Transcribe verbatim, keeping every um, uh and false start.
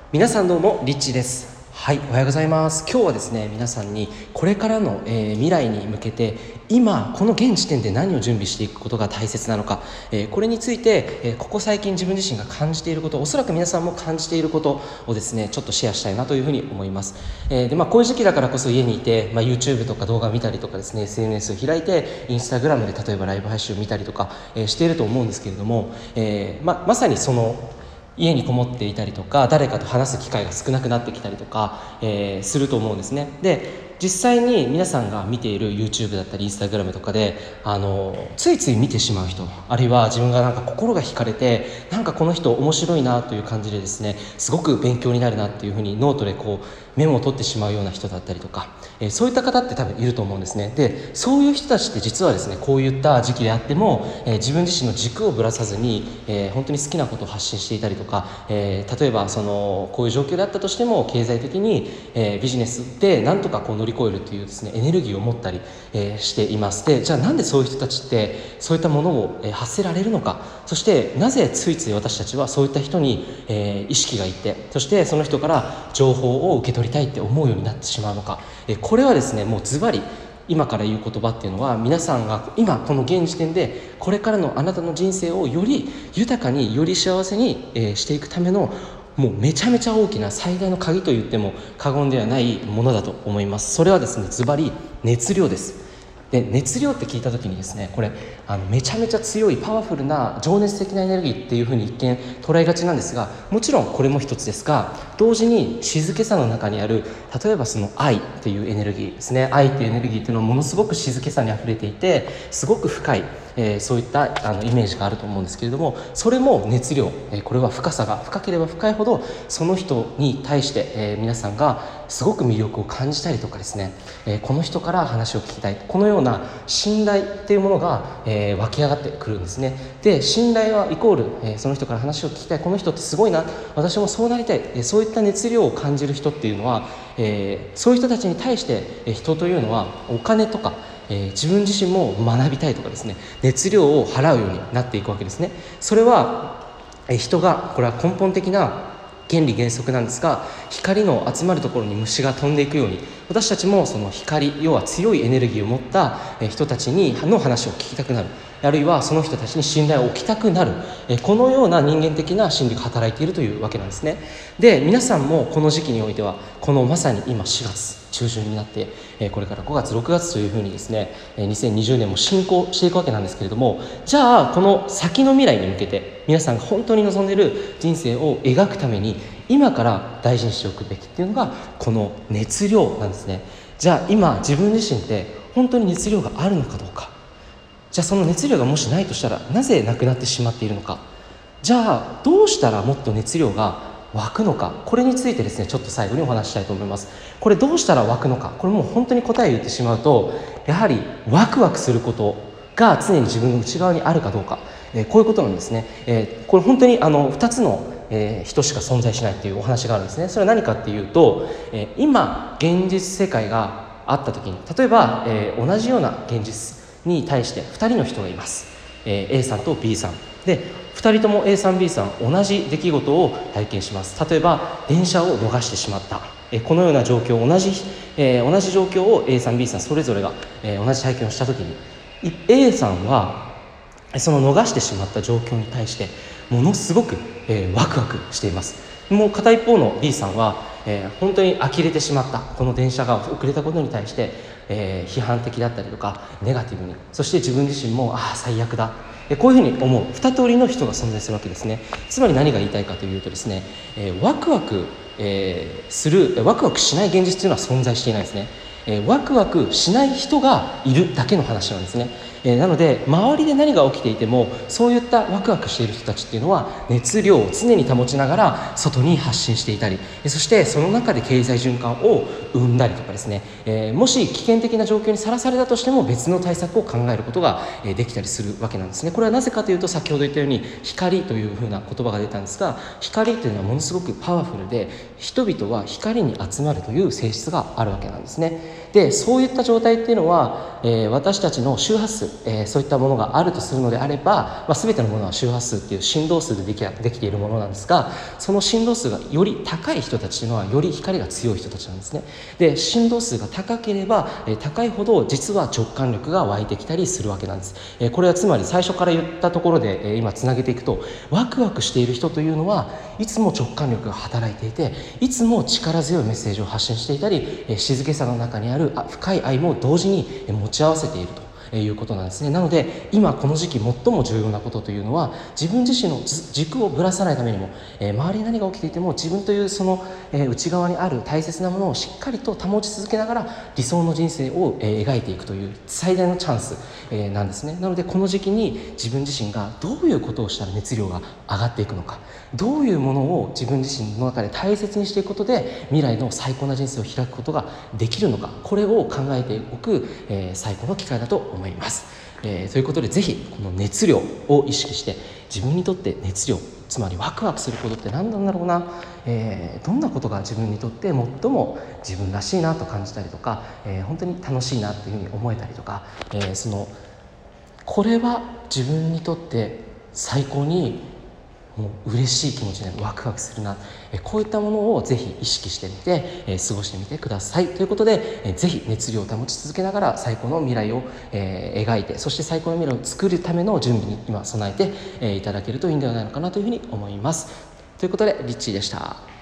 皆さんどうもリッチーです。はい、おはようございます。今日はですね、皆さんにこれからの、えー未来に向けて今この現時点で何を準備していくことが大切なのか、えーこれについて、えーここ最近自分自身が感じていること、おそらく皆さんも感じていることをですねちょっとシェアしたいなというふうに思います。えーでまあ、こういう時期だからこそ家にいて、まあ、YouTube とか動画見たりとかですね エスエヌエス を開いて Instagram で例えばライブ配信を見たりとか、えーしていると思うんですけれども、えーままさにその家にこもっていたりとか誰かと話す機会が少なくなってきたりとか、えーすると思うんですね。で実際に皆さんが見ている YouTube だったり Instagram とかであのついつい見てしまう人、あるいは自分がなんか心が惹かれてなんかこの人面白いなという感じでですねすごく勉強になるなっていうふうにノートでこうメモを取ってしまうような人だったりとか、えーそういった方って多分いると思うんですね。でそういう人たちって実はですねこういった時期であっても、えー自分自身の軸をぶらさずに、えー本当に好きなことを発信していたりとか、えー例えばそのこういう状況であったとしても経済的に、えービジネスでなんとかこう乗り越えるというですねエネルギーを持ったり、えーしています。でじゃあなんでそういう人たちってそういったものを、えー発せられるのか、そしてなぜついつい私たちはそういった人に、えー意識がいって、そしてその人から情報を受け取りたいって思うようになってしまうのか、えーこれはですねもうズバリ今から言う言葉っていうのは皆さんが今この現時点でこれからのあなたの人生をより豊かにより幸せに、えーしていくためのもうめちゃめちゃ大きな最大の鍵と言っても過言ではないものだと思います。それはですねズバリ熱量です。で熱量って聞いた時にですねこれあのめちゃめちゃ強いパワフルな情熱的なエネルギーっていうふうに一見捉えがちなんですが、もちろんこれも一つですが同時に静けさの中にある例えばその愛っていうエネルギーですね。愛っていうエネルギーっていうのはものすごく静けさにあふれていてすごく深い、えーそういったあのイメージがあると思うんですけれども、それも熱量、えーこれは深さが深ければ深いほどその人に対して、えー皆さんがすごく魅力を感じたりとかですね、えーこの人から話を聞きたい、このような信頼っていうものが、えー湧き上がってくるんですね。で信頼はイコール、えーその人から話を聞きたい、この人ってすごいな、私もそうなりたい、えーそういった熱量を感じる人っていうのは、えーそういう人たちに対して、えー人というのはお金とか、えー自分自身も学びたいとかですね熱量を払うようになっていくわけですね。それは、えー人がこれは根本的な原理原則なんですが、光の集まるところに虫が飛んでいくように私たちもその光、要は強いエネルギーを持った人たちにの話を聞きたくなる、あるいはその人たちに信頼を置きたくなる、このような人間的な心理が働いているというわけなんですね。で皆さんもこの時期においてはこのまさに今しがつ中旬になってこれからごがつろくがつというふうにですねにせんにじゅうねんも進行していくわけなんですけれども、じゃあこの先の未来に向けて皆さんが本当に望んでいる人生を描くために今から大事にしておくべきっていうのがこの熱量なんですね。じゃあ今自分自身って本当に熱量があるのかどうか、じゃあその熱量がもしないとしたらなぜなくなってしまっているのか、じゃあどうしたらもっと熱量が湧くのか、これについてですねちょっと最後にお話ししたいと思います。これどうしたら湧くのか、これもう本当に答えを言ってしまうとやはりワクワクすることが常に自分の内側にあるかどうか、えーこういうことなんですね。えーこれ本当にあのふたつの、えー人しか存在しないっていうお話があるんですね。それは何かっていうと、えー今現実世界があった時に例えば、えー同じような現実に対してふたりの人がいます。えー A さんと B さんでふたりとも A さん B さん同じ出来事を体験します。例えば電車を逃してしまった、えーこのような状況、同じ、えー同じ状況を A さん B さんそれぞれが、えー同じ体験をした時に A さんはその逃してしまった状況に対してものすごく、えーワクワクしています。もう片一方の B さんは、えー本当に呆れてしまったこの電車が遅れたことに対して、えー批判的だったりとかネガティブに、そして自分自身もああ最悪だ、えーこういうふうに思う二通りの人が存在するわけですね。つまり何が言いたいかというとですね、えーワクワク、えーするワクワクしない現実というのは存在していないんですね。えーワクワクしない人がいるだけの話なんですね。えーなので周りで何が起きていてもそういったワクワクしている人たちっていうのは熱量を常に保ちながら外に発信していたり、そしてその中で経済循環を生んだりとかですね、えーもし危険的な状況にさらされたとしても別の対策を考えることがえーできたりするわけなんですね。これはなぜかというと先ほど言ったように光というふうな言葉が出たんですが、光というのはものすごくパワフルで人々は光に集まるという性質があるわけなんですね。でそういった状態っていうのは、えー私たちの周波数えー、そういったものがあるとするのであれば、まあ、全てのものは周波数っていう振動数でできできているものなんですが、その振動数がより高い人たちというのはより光が強い人たちなんですね。で振動数が高ければ、えー、高いほど実は直感力が湧いてきたりするわけなんです。えー、これはつまり最初から言ったところで、えー、今つなげていくと、ワクワクしている人というのはいつも直感力が働いていて、いつも力強いメッセージを発信していたり、えー、静けさの中にある深い愛も同時に持ち合わせているということなんですね。なので今この時期最も重要なことというのは、自分自身の軸をぶらさないためにも、えー、周りに何が起きていても自分というその、えー、内側にある大切なものをしっかりと保ち続けながら理想の人生を、えー、描いていくという最大のチャンス、えー、なんですね。なのでこの時期に自分自身がどういうことをしたら熱量が上がっていくのか、どういうものを自分自身の中で大切にしていくことで未来の最高な人生を開くことができるのか、これを考えておく、えー、最高の機会だと思います。えー、ということでぜひこの熱量を意識して、自分にとって熱量、つまりワクワクすることって何なんだろうな、えー、どんなことが自分にとって最も自分らしいなと感じたりとか、えー、本当に楽しいなっていうふうに思えたりとか、えー、そのこれは自分にとって最高にもう嬉しい気持ちになる、ワクワクするな、えこういったものをぜひ意識してみて、え過ごしてみてくださいということで、えぜひ熱量を保ち続けながら最高の未来を、えー、描いて、そして最高の未来を作るための準備に今備えて、えー、いただけるといいんではないのかなというふうに思います。ということでリッチーでした。